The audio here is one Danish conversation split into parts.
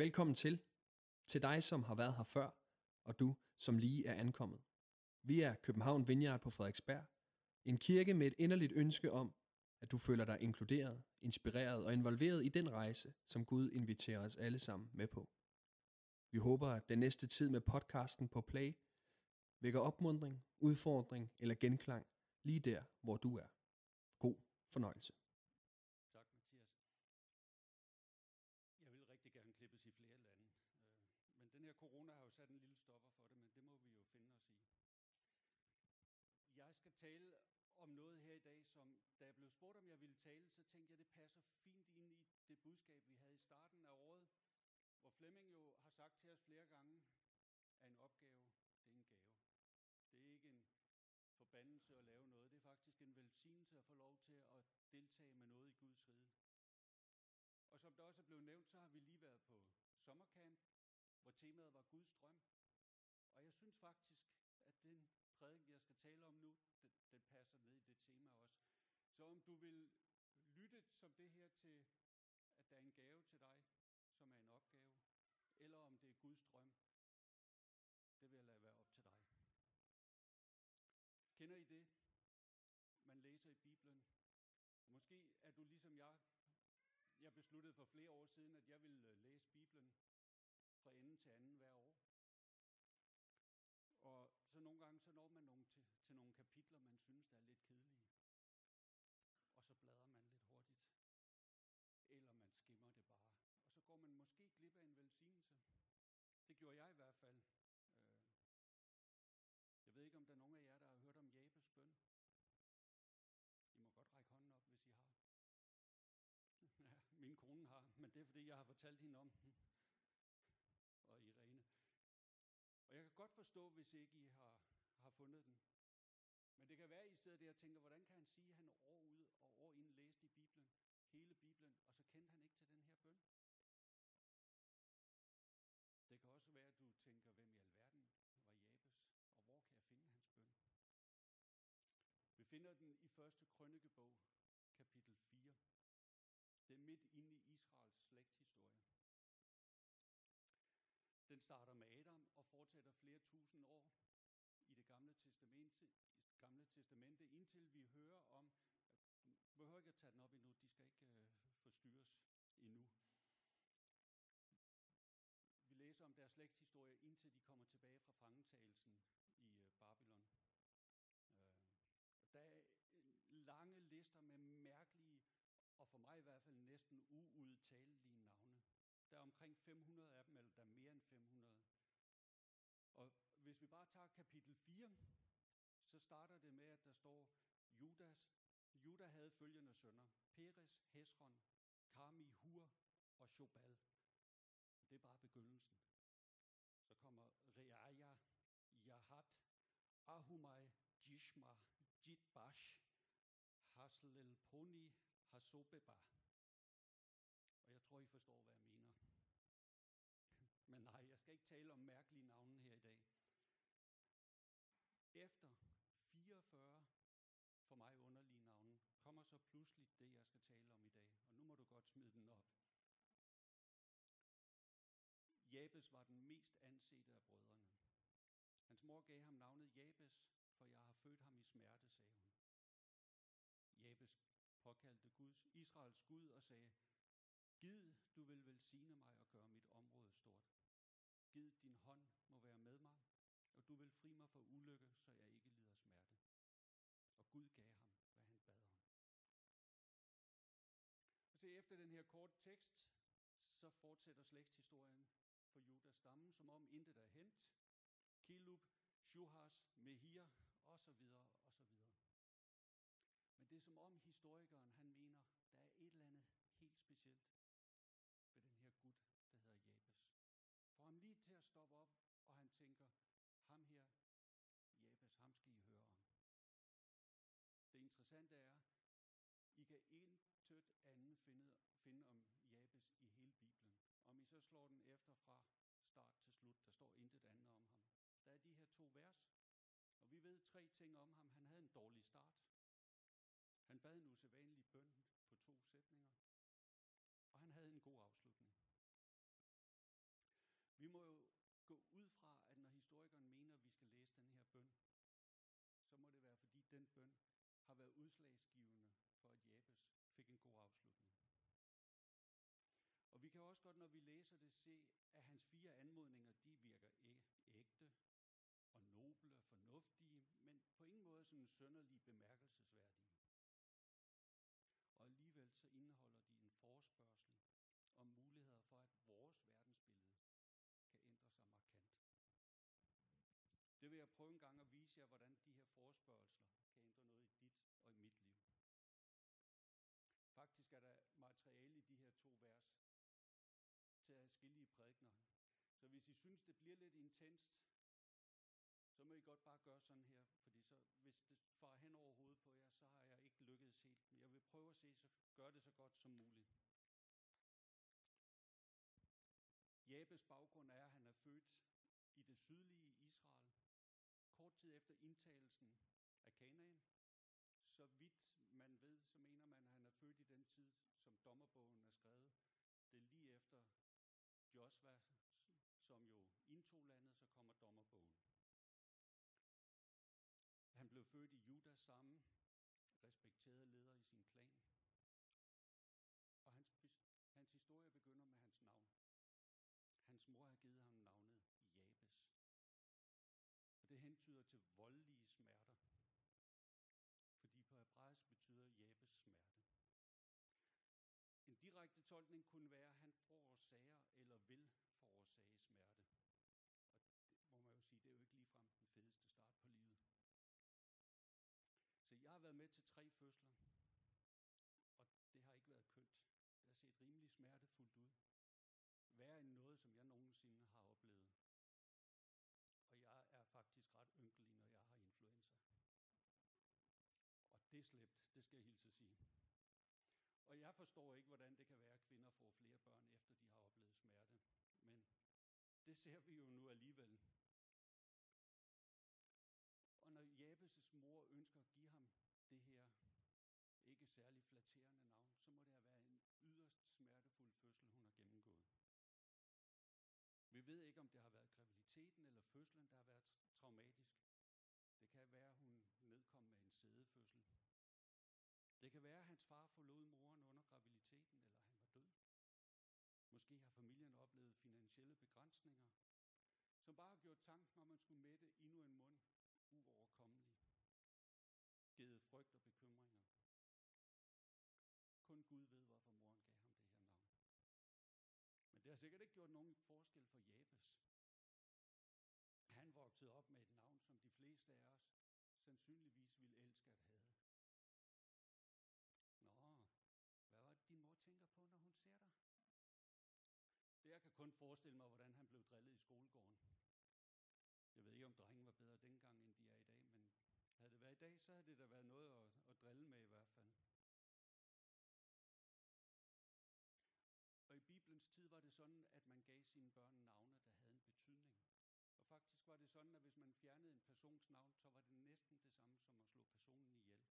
Velkommen til dig, som har været her før, og du, som lige er ankommet. Vi er København Vineyard på Frederiksberg, en kirke med et inderligt ønske om, at du føler dig inkluderet, inspireret og involveret i den rejse, som Gud inviterer os alle sammen med på. Vi håber, at den næste tid med podcasten på Play vækker opmuntring, udfordring eller genklang lige der, hvor du er. God fornøjelse. Tak, Mathias. Jeg vil rigtig gerne klippes i flere lande, men den her corona har jo sat en lille stopper for det, men det må vi jo finde os i. Jeg skal tale om noget her i dag, som da jeg blev spurgt, om jeg ville tale, så tænkte jeg, det passer fint ind i det budskab, vi havde i starten af året, hvor Flemming jo har sagt til os flere gange, at en opgave, det er en gave. Det er ikke en forbandelse at lave noget, det er faktisk en velsignelse at få lov til at deltage med noget i Guds rige. Og som der også er blevet nævnt, så har vi lige været på sommercamp, hvor temaet var Guds drøm. Og jeg synes faktisk, at den prædiken, jeg skal tale om nu, den passer ned i det tema også. Så om du vil lytte som det her til, at der er en gave til dig, som er en opgave, eller om det er Guds drøm, det vil jeg lade være op til dig. Kender I det, man læser i Bibelen? Måske er du ligesom jeg. Jeg besluttede for flere år siden, at jeg ville læse Bibelen fra ende til anden hver år. Og så nogle gange, så når man til nogle kapitler, man synes, der er lidt kedelige. Og så bladrer man lidt hurtigt. Eller man skimmer det bare. Og så går man måske glip af en velsignelse. Det gjorde jeg i hvert fald. Jeg ved ikke, om der er nogen af jer, der har hørt om Jabes bøn. I må godt række hånden op, hvis I har. Ja, min kone har, men det er fordi, jeg har fortalt hende om den. Og Irene. Og jeg kan godt forstå, hvis ikke I har fundet den. Men det kan være, I sidder der og tænker, hvordan kan han sige, at han år ud og år ind læste i Bibelen, hele Bibelen, og så kendte han ikke til den her bøn? Det kan også være, at du tænker, hvem i alverden var Jabes, og hvor kan jeg finde hans bøn? Vi finder den i 1. Krønikebog, kapitel 4. Det er midt inde i Israels slægtshistorie. Den starter med Adam og fortsætter flere tusind år i det gamle testamente, indtil vi hører om, du behøver ikke at tage den op endnu, de skal ikke forstyrres endnu. Vi læser om deres slægtshistorie, indtil de kommer tilbage fra fangetagelsen i Babylon. Der er lange lister med mærkelige, og for mig i hvert fald næsten uudtalelige navne. Der er omkring 500 af dem, eller der er mere end 500. Og hvis vi bare tager kapitel 4, så starter det med, at der står Juda havde følgende sønner: Peres, Hesron, Karmi, Hur og Shobal. Det er bare begyndelsen. Så kommer Reaja, Jahat, Ahumai, Jishma, Jitbash, Haslelponi, Hasobeba. Og jeg tror, I forstår, hvad jeg mener. Men nej, jeg skal ikke tale om mærkelige navne her i dag. Efter 44 for mig underlige navne, kommer så pludselig det, jeg skal tale om i dag. Og nu må du godt smide den op. Jabes var den mest ansete af brødrene. Hans mor gav ham navnet Jabes, for jeg har født ham i smerte, sagde hun. Jabes påkaldte Israels Gud og sagde: Gid du vil velsigne mig og gøre mit område stort. Gid din hånd må være med mig, og du vil fri mig for ulykke, så jeg ikke lider smerte. Og Gud gav ham, hvad han bad om. Og se, efter den her korte tekst, så fortsætter slægtshistorien for Judas stamme, som om intet er hent. Kelub, Shuhas, Mehir osv. osv. Men det er som om historikeren, han mener, der er et eller andet helt specielt ved den her Gud, der hedder Jabes. Får ham lige til at stoppe op, og han tænker, ham her, Jabes, ham skal I høre om. Det interessante er, I kan intet andet finde om Jabes i hele Bibelen. Om I så slår den efter fra start til slut, der står intet andet om ham. Der er de her 2 vers, og vi ved 3 ting om ham. Han havde en dårlig start. Han bad en usædvanlig bøn på 2 sætninger, og han havde en god afslutning. bøn, så må det være, fordi den bøn har været udslagsgivende for, at Jabes fik en god afslutning. Og vi kan også godt, når vi læser det, se, at hans 4 anmodninger, de virker ægte og noble og fornuftige, men på ingen måde sådan synderligt bemærkelsesværdige. Og alligevel så indeholder de en forespørgsel om muligheder for, at vores verdensbillede kan ændre sig markant. Det vil jeg prøve en gang at vise jer, hvordan de her forespørgsler kan ændre noget i dit og i mit liv. Faktisk er der materiale i de her 2 vers til adskillige prædikener. Så hvis I synes, det bliver lidt intenst, så må I godt bare gøre sådan her, fordi så, hvis det farer hen over hovedet på jer, så har jeg ikke lykkedes helt. Men jeg vil prøve at gøre det så godt som muligt. Jabes baggrund er, at han er født i det sydlige Israel, kort tid efter indtagelsen af Kanaan. Så vidt man ved, så mener man, at han er født i den tid, som dommerbogen er skrevet. Det er lige efter Josva, som jo indtog landet, så kommer dommerbogen. Han blev født i Judas stamme, respekteret leder i sin klan. Og hans historie begynder med hans navn. Hans mor har givet ham navnet Jabes. Og det hentyder til voldelige smerter. Fordi på hebraisk betyder Jabes smerte. En direkte tolkning kunne være, at han forårsager eller vil forårsage smerte. Og det må man jo sige, det er jo ikke ligefrem den fedeste start på livet. Så jeg har været med til 3 fødsler, og det har ikke været kønt. Det har set rimelig smertefuldt ud. Værre end noget, som jeg nogensinde har oplevet. Og jeg er faktisk ret ynkelig, når jeg har influenza. Og det er slemt, det skal jeg hilse at sige. Og jeg forstår ikke, hvordan det kan være, at kvinder får flere børn, efter de har oplevet smerte. Men det ser vi jo nu alligevel. Og når Jabes' mor ønsker at give ham det her ikke særlig flatterende navn, så må det have været en yderst smertefuld fødsel, hun har gennemgået. Vi ved ikke, om det har været graviditeten eller fødslen, der har været traumatisk. Det kan være, at hun nedkom med en sædefødsel. Det kan være, at hans far forlod moren under graviditeten, eller han var død. Måske har familien oplevet finansielle begrænsninger, som bare har gjort tanken om, at man skulle mætte endnu en mund uoverkommelig. Givet frygt og bekymringer. Kun Gud ved, hvorfor moren gav ham det her navn. Men det har sikkert ikke gjort nogen forskel for Jabes. Han voksede op med et navn, som de fleste af os sandsynligvis ville elske at have. Nå, hvad var det, din mor tænker på, når hun ser dig? Det jeg kan kun forestille mig, hvordan han blev drillet i skolegården. Jeg ved ikke, om drenge var bedre dengang, end de er i dag, men havde det været i dag, så havde det da været noget at drille med i hvert fald. Og i Bibelens tid var det sådan, at man gav sine børn navne, der havde en betydning. Og faktisk var det sådan, at hvis man fjernede en persons navn, så var det næsten det samme som at slå personen ihjel.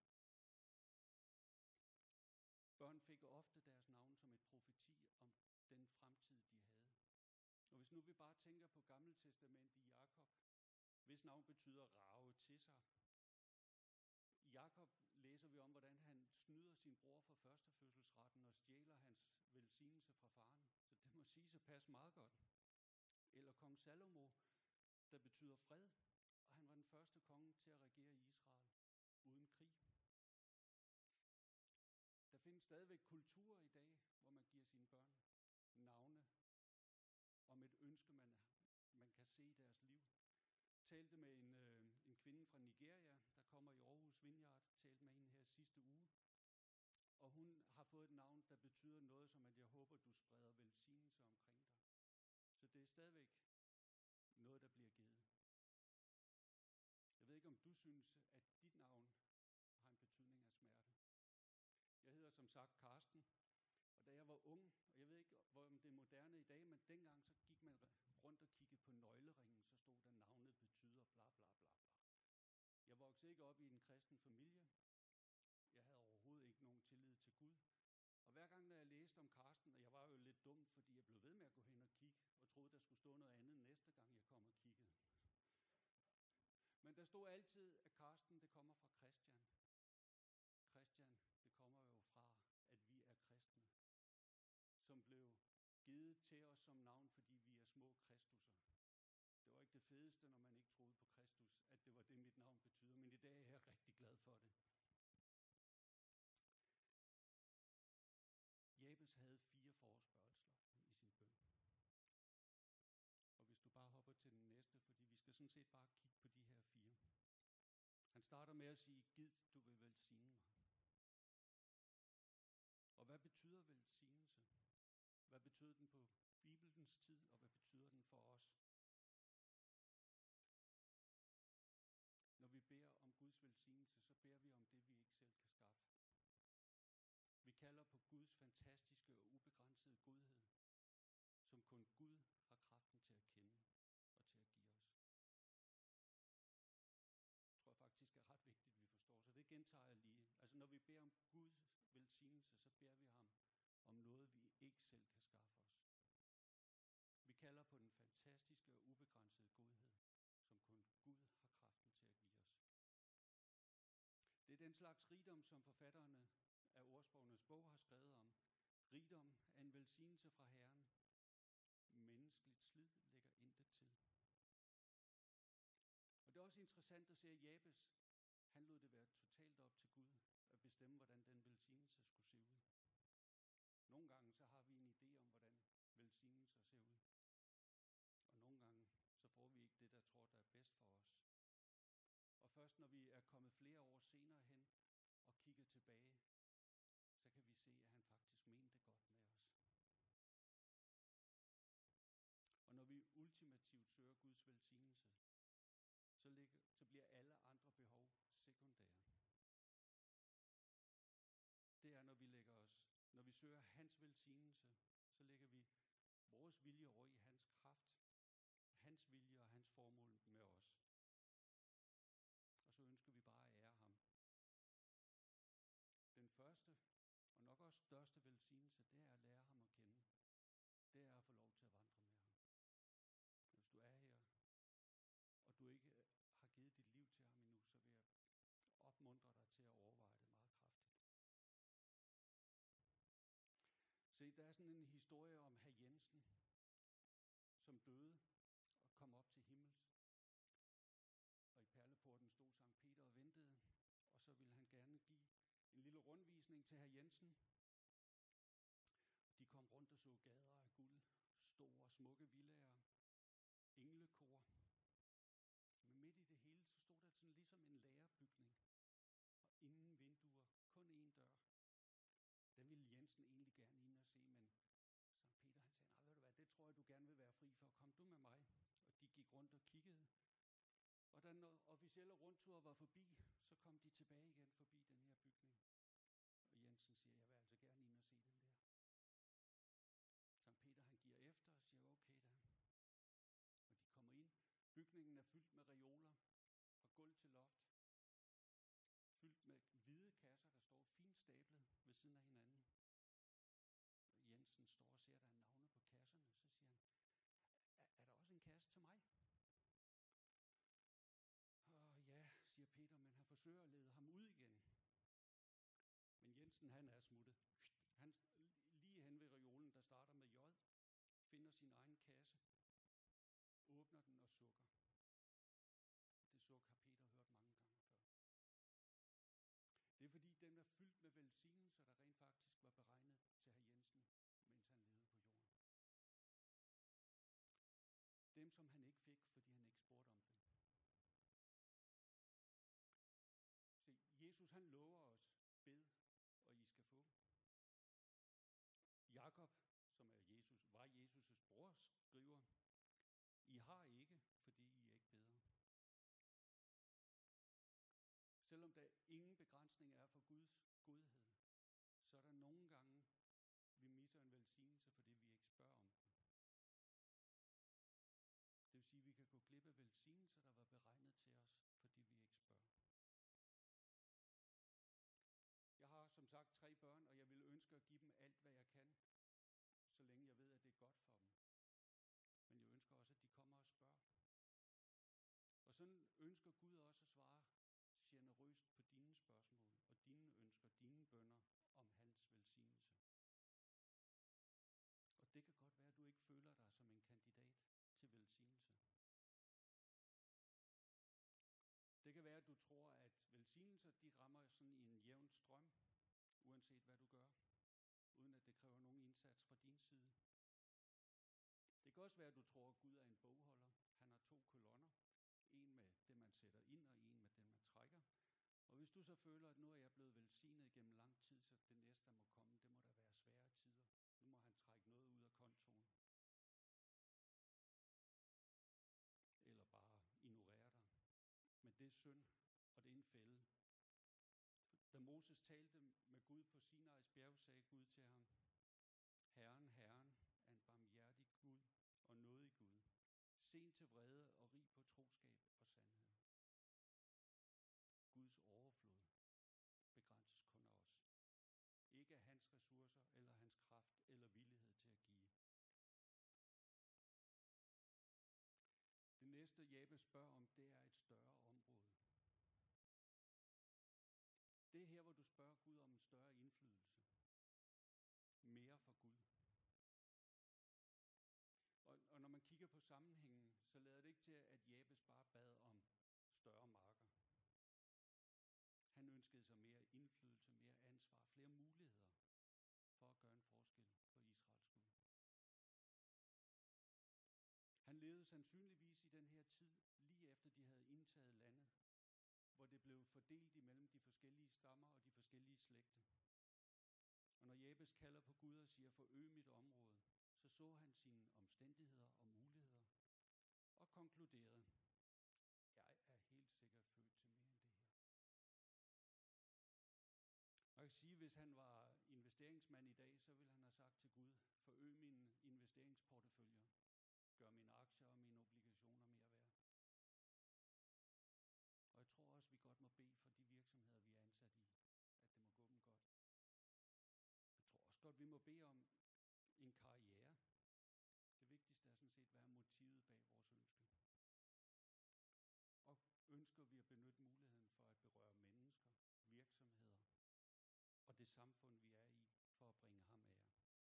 Børn fik ofte deres navn som et profeti om den fremtid, de havde. Og hvis nu vi bare tænker på Gamle Testament i Jakob, hvis navn betyder rage til sig. I Jakob læser vi om, hvordan han snyder sin bror for førstefødselsretten og stjæler hans velsignelse fra faren. Så det må siges at passe meget godt. Eller kong Salomo, der betyder fred, og han var den første konge til at regere i Israel uden krig. Der findes stadigvæk kulturer i dag, hvor man giver sine børn navne om et ønske, man kan se i deres liv. Talte med en kvinde fra Nigeria, der kommer i Aarhus Vineyard, talte med hende her sidste uge. Og hun har fået et navn, der betyder noget som, at jeg håber, du spreder velsignelse omkring dig. Så det er stadigvæk noget, der bliver givet. Jeg ved ikke, om du synes, at dit navn har en betydning af smerte. Jeg hedder som sagt Karsten, og da jeg var ung, og jeg ved ikke, om det er moderne i dag, men dengang så gik man rundt og kiggede på nøgleringen, så stod der navnet betyder bla bla bla bla. Jeg voksede ikke op i en kristen familie. Jeg havde overhovedet ikke nogen tillid til Gud. Og hver gang, når jeg læste om Karsten, og jeg var jo lidt dum, fordi jeg blev ved med at gå hen og kigge, og troede, der skulle stå noget andet næste gang, jeg kom og kiggede. Men der stod altid, at Karsten, det kommer fra Christian. Christian, det kommer jo fra, at vi er kristne, som blev givet til os som navn, fordi vi er små Kristusser. Det var ikke det fedeste, når man ikke troede på Kristus, at det var det, mit navn betyder, men i dag er jeg rigtig glad for det. Jabes havde 4 forespørgsler i sin bøn. Og hvis du bare hopper til den næste, fordi vi skal sådan set bare kigge på de her 4. Han starter med at sige, gid du vil velsigne mig. Og hvad betyder velsignelse? Hvad betyder den på Bibelens tid, og hvad betyder den for os? Når vi beder om Guds velsignelse, så beder vi om det, vi ikke selv kan skaffe. Vi kalder på Guds fantastiske og ubegrænsede godhed, som kun Gud har kraften til at kende og til at give os. Det tror jeg faktisk er ret vigtigt, vi forstår. Så det gentager jeg lige. Altså når vi beder om Guds velsignelse, så beder vi ham om noget, vi ikke selv kan skaffe os. Vi kalder på den fantastiske og ubegrænsede godhed, som kun Gud har kraften til at give os. Det er den slags rigdom, som forfatterne af Ordsprogenes bog har skrevet om. Rigdom er en velsignelse fra Herren. Menneskeligt slid lægger intet til. Og det er også interessant at se, at Jabes, han lod det være totalt op til Gud at bestemme, hvordan den velsignelse skulle se ud. Nogle gange så har vi en idé om, hvordan velsignelser ser ud. Og nogle gange så får vi ikke det, der tror, der er bedst for os. Og først når vi er kommet flere år senere hen og kigger tilbage, så kan vi se, at han faktisk mente det godt med os. Og når vi ultimativt søger Guds velsignelse, så bliver alle andre behov sekundære. Det er, når vi søger hans velsignelse, så lægger vi vores vilje over i hans kraft, hans vilje og hans formål med os. Og så ønsker vi bare at ære ham. Den første og nok også største velsignelse, det er at lære ham at kende. Det er at få lov til at vandre med ham. Hvis du er her, og du ikke har givet dit liv til ham endnu, så vil jeg opmuntre dig til at overveje det meget kraftigt. Se, der er sådan en historie om hr. Jensen, som døde og kom op til himmels. Og i perleporten stod Sankt Peter og ventede, og så ville han gerne give en lille rundvisning til hr. Jensen. De kom rundt og så gader af guld, store smukke villaer, englekor. Men midt i det hele, så stod der sådan ligesom en lærerbygning, og ingen vinduer, kun én dør. Den ville Jensen egentlig gerne ind og se, men Sankt Peter han sagde, nej, ved du hvad, det tror jeg, du gerne vil være fri for. Kom du med mig? Og de gik rundt og kiggede. Og da den officielle rundtur var forbi, så kom de tilbage igen forbi den her bygning. Og Jensen siger, jeg vil altså gerne ind og se den der. Sankt Peter han giver efter og siger, okay da. Og de kommer ind. Bygningen er fyldt med reoler, fra gulv til loft. Fyldt med hvide kasser, der står fint stablet ved siden af hinanden. Og Jensen står og ser, der er navne på kasserne. Så siger han, er der også en kasse til mig? Og ja, siger Peter, men han forsøger at lede ham ud igen. Men Jensen, han er smuttet. Han lige hen ved reolen, der starter med J, finder sin egen kasse, åbner den og sukker. Det suk har Peter hørt mange gange før. Det er fordi, den er fyldt med velsignelser, der rent faktisk var beregnet til hr. Jensen, mens han levede på jorden. Dem, som han ikke fik, fordi han ikke spurgte om dem. Se, Jesus han lover os, bed, og I skal få. Jakob, som var Jesus' bror, skriver, I har ikke, fordi I ikke beder. Selvom der ingen begrænsning er for Guds godhed, så er der nogle gange, vi misser en velsignelse, fordi vi ikke spørger om den. Det vil sige, at vi kan gå glip af velsignelser, der var beregnet til os, fordi vi ikke spørger. Jeg har som sagt 3 børn, og jeg vil ønske at give dem alt, hvad jeg kan, så længe jeg ved, at det er godt for dem. Men jeg ønsker også, at de kommer og spørger. Og sådan ønsker Gud også svare generøst på dine spørgsmål og dine ønsker, dine bønner om hans velsignelse. Og det kan godt være, at du ikke føler dig som en kandidat til velsignelse. Det kan være, at du tror, at velsignelser de rammer sådan i en jævn strøm, uanset hvad du gør, uden at det kræver nogen indsats fra din side. Det kan også være, at du tror, at Gud er en bogholder. Han har 2 kolonner. En med det, man sætter ind, og en med det, man trækker. Og hvis du så føler, at nu er jeg blevet velsignet gennem lang tid, så det næste, der må komme, det må da være svære tider. Nu må han trække noget ud af kontoen. Eller bare ignorere dig. Men det er synd, og det er en fælde. Da Moses talte med Gud på Sinais bjerg, sagde Gud til ham, Herren, Herren er en barmhjertig Gud og nådig Gud, sen til vrede og rig på troskab og sandhed. Guds overflod begrænses kun af os. Ikke af hans ressourcer eller hans kraft eller villighed til at give. Det næste, Jabes spørger om, det er et større område. Det er her, hvor du spørger Gud om en større indflydelse. Mere for Gud. Og når man kigger på sammenhængen, så lader det ikke til, at Jabes bare bad om større marker. Han ønskede sig mere indflydelse, mere ansvar, flere muligheder for at gøre en forskel for Israels Gud. Han levede sandsynligvis i den her tid, lige efter de havde indtaget landet, hvor det blev fordelt imellem de forskellige stammer og de forskellige slægter. Og når Jabes kalder på Gud og siger, forøg mit område, så han sine omstændigheder og muligheder og konkluderede, jeg er helt sikkert født til mere end det her. Og jeg kan sige, hvis han var investeringsmand i dag, så ville han have sagt til Gud, forøg mine investeringsporteføljer, gør mine aktier og mine obligationer mere værd. Og jeg tror også, vi godt må bede for de virksomheder, vi er ansat i, at det må gå dem godt. Jeg tror også godt, vi må bede om en karriere. Det vigtigste er sådan set, hvad er motivet bag vores ønske. Og ønsker vi at benytte muligheden for at berøre mennesker, virksomheder og det samfund, vi er i, for at bringe ham ære.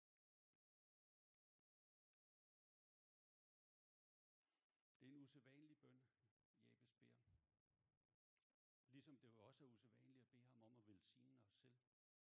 Det er en usædvanlig bøn, Jabes beder. Ligesom det jo også er usædvanligt at bede ham om at velsigne os selv.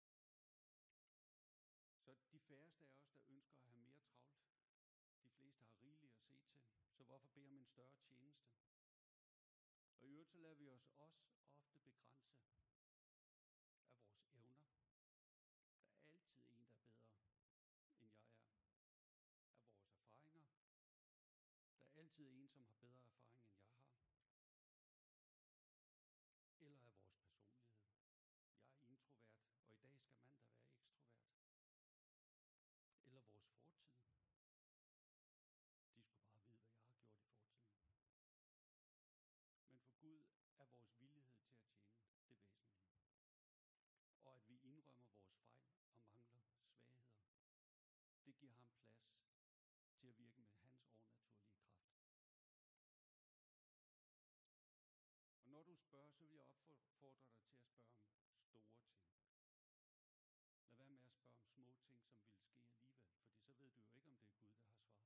Så de færreste af os, der ønsker at have mere travlt, de fleste har rigeligt at se til, så hvorfor bede om en større tjeneste? Og i øvrigt så lader vi os også ofte begrænse af vores evner. Der er altid en, der er bedre, end jeg er. Af vores erfaringer. Der er altid en, som har bedre erfaring, end jeg har. Eller af vores personlighed. Jeg er introvert, og i dag skal man da være ekstrovert. Eller vores fortid. De skulle bare vide, hvad jeg har gjort i fortiden. Men for Gud er vores villighed til at tjene det væsentlige. Og at vi indrømmer vores fejl og mangler svagheder, det giver ham plads til at virke med hans overnaturlige kraft. Og når du spørger, så vil jeg opfordre dig til at spørge om store ting. Lad være med at spørge om små ting, som vil ske alligevel, fordi så ved du jo ikke, om det er Gud, der har svaret.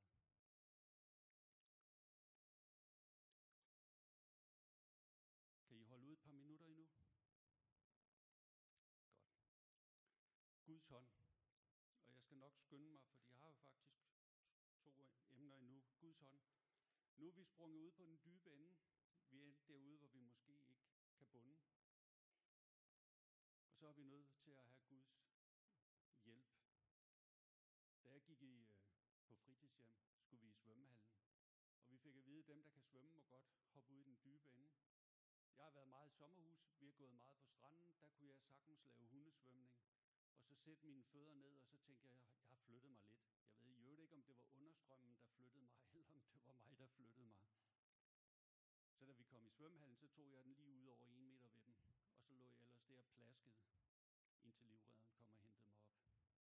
Kan I holde ud et par minutter endnu? Godt. Guds hånd. Og jeg skal nok skynde mig, fordi jeg har jo faktisk 2 emner endnu. Guds hånd. Nu er vi sprunget ud på den dybe ende. Vi er derude, hvor vi måske ikke kan bunde. Og så er vi nødt til at have Guds hjælp. Da jeg gik på fritidshjem, skulle vi i svømmehallen. Og vi fik at vide, at dem, der kan svømme, må godt hoppe ud i den dybe ende. Jeg har været meget i sommerhus. Vi har gået meget på stranden. Der kunne jeg sagtens lave hundesvømning. Og så sætte mine fødder ned, og så tænkte jeg har flyttet mig lidt. Jeg ved i øvrigt ikke, om det var understrømmen, der flyttede mig, eller om det var mig, der flyttede mig. Så da vi kom i svømmehallen, så tog jeg den lige ud over 1 meter ved dem. Og så lå jeg ellers der plaskede, indtil livredderen kom og hentede mig op.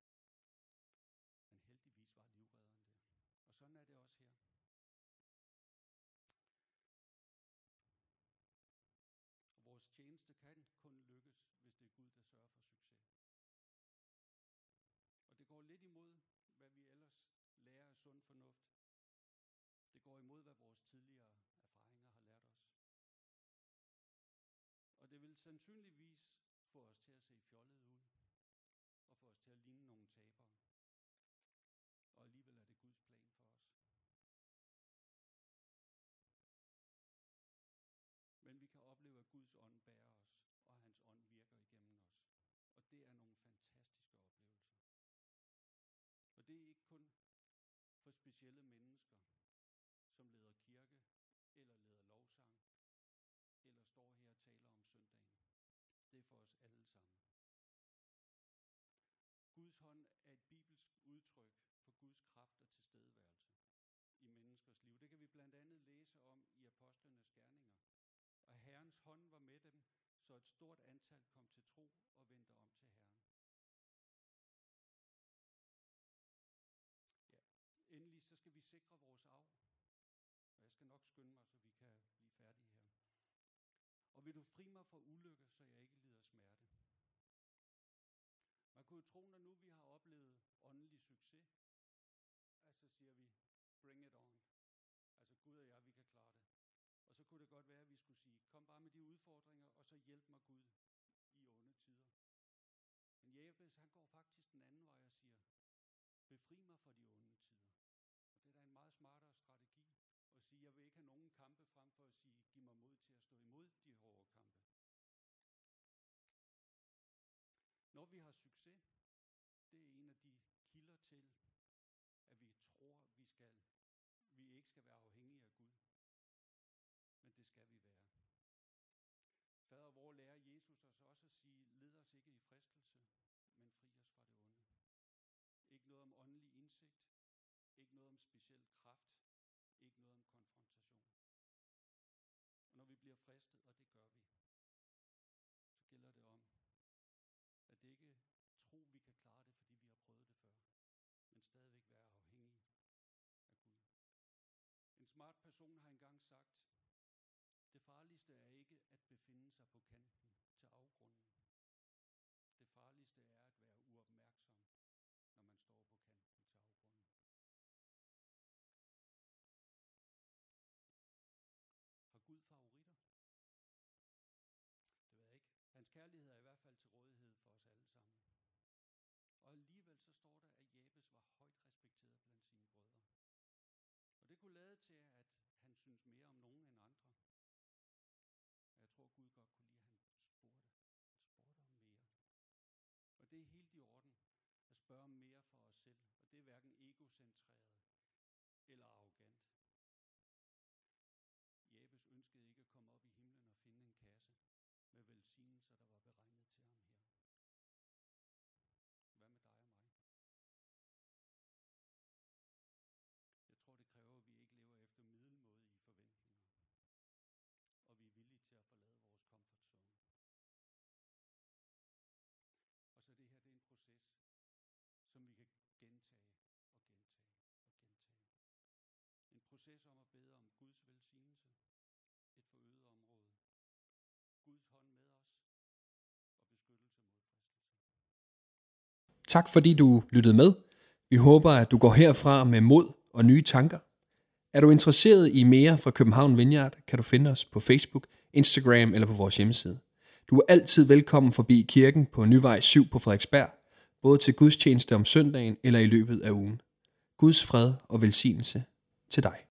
Men heldigvis var livredderen der. Og sådan er det også her. tjeneste kan kun lykkes, hvis det er Gud, der sørger for succes. Og det går lidt imod, hvad vi ellers lærer af sund fornuft. Det går imod, hvad vores tidligere erfaringer har lært os. Og det vil sandsynligvis få os til at se fjollet ud, og få os til at ligne nogle tabere. Og alligevel er det Guds plan for os. Men vi kan opleve, at Guds ånd bærer os, og hans ånd virker igennem os. Og det er nogle fantastiske oplevelser. Og det er ikke kun for specielle mennesker, som leder kirke, eller leder lovsang, eller står her og taler om søndagen. Det er for os alle sammen. Guds hånd er et bibelsk udtryk for Guds kraft og tilstedeværelse i menneskers liv. Det kan vi blandt andet læse om i Apostlenes Gerninger. Og Herrens hånd var med dem, så et stort antal kom til tro og vendte om til Herren. Ja. Endelig så skal vi sikre vores arv. Og jeg skal nok skynde mig, så vi kan blive færdige her. Og vil du fri mig fra ulykke, så jeg ikke lider smerte? Man kunne jo tro, når nu vi har oplevet åndelig succes, at så siger vi, bring it on. Altså Gud og jeg, vi kan klare det. Og så kunne det godt være, at vi skulle sige, kom bare med de udfordringer, og så hjælp mig Gud i onde tider. Men Jabes, han går faktisk den anden vej og siger, befri mig fra de onde tider. Og det er da en meget smartere strategi, at sige, jeg vil ikke have nogen kampe frem for at sige, giv mig mod til at stå imod de hårde kampe. Når vi har succes, det er en af de kilder til, at vi tror, vi ikke skal være afhængige af Gud. Men det skal vi være. Fader vor lærer Jesus os også at sige, led os ikke i fristelse, men fri os fra det onde. Ikke noget om åndelig indsigt, ikke noget om speciel kraft, ikke noget om konfrontation. Og når vi bliver fristet, og det gør vi, så gælder det om, at det ikke tro, vi kan klare det, fordi vi har prøvet det før, men stadigvæk være afhængige af Gud. En smart person har engang sagt, det farligste er ikke at befinde sig på kanten til afgrunden. Det farligste er at være uopmærksom, når man står på kanten til afgrunden. Har Gud favoritter? Det ved jeg ikke. Hans kærlighed er i hvert fald til rådighed for os alle sammen. Og alligevel så står der, at Jabes var højt respekteret blandt sine brødre. Og det kunne lade til, at han synes mere om nogen end andre. Jeg tror, Gud godt kunne lide, at han spurgte om mere. Og det er helt i orden at spørge om mere for os selv. Og det er hverken egocentreret eller arrogant. Jabes ønskede ikke at komme op i himlen og finde en kasse med velsignelser, der var beregnet til ham her. Hvad med dig og mig? Jeg tror, det kræver, at vi ikke lever efter middelmådige forventninger. Og vi er villige til at forlade vores comfort zone. Og så det her, det er en proces, som vi kan gentage og gentage og gentage. En proces om at bede om Guds velsignelse, et forøget område, Guds hånd med os og beskyttelse mod fristelser. Tak fordi du lyttede med. Vi håber, at du går herfra med mod og nye tanker. Er du interesseret i mere fra København Vineyard, kan du finde os på Facebook, Instagram eller på vores hjemmeside. Du er altid velkommen forbi kirken på Nyvej 7 på Frederiksberg, både til gudstjeneste om søndagen eller i løbet af ugen. Guds fred og velsignelse til dig.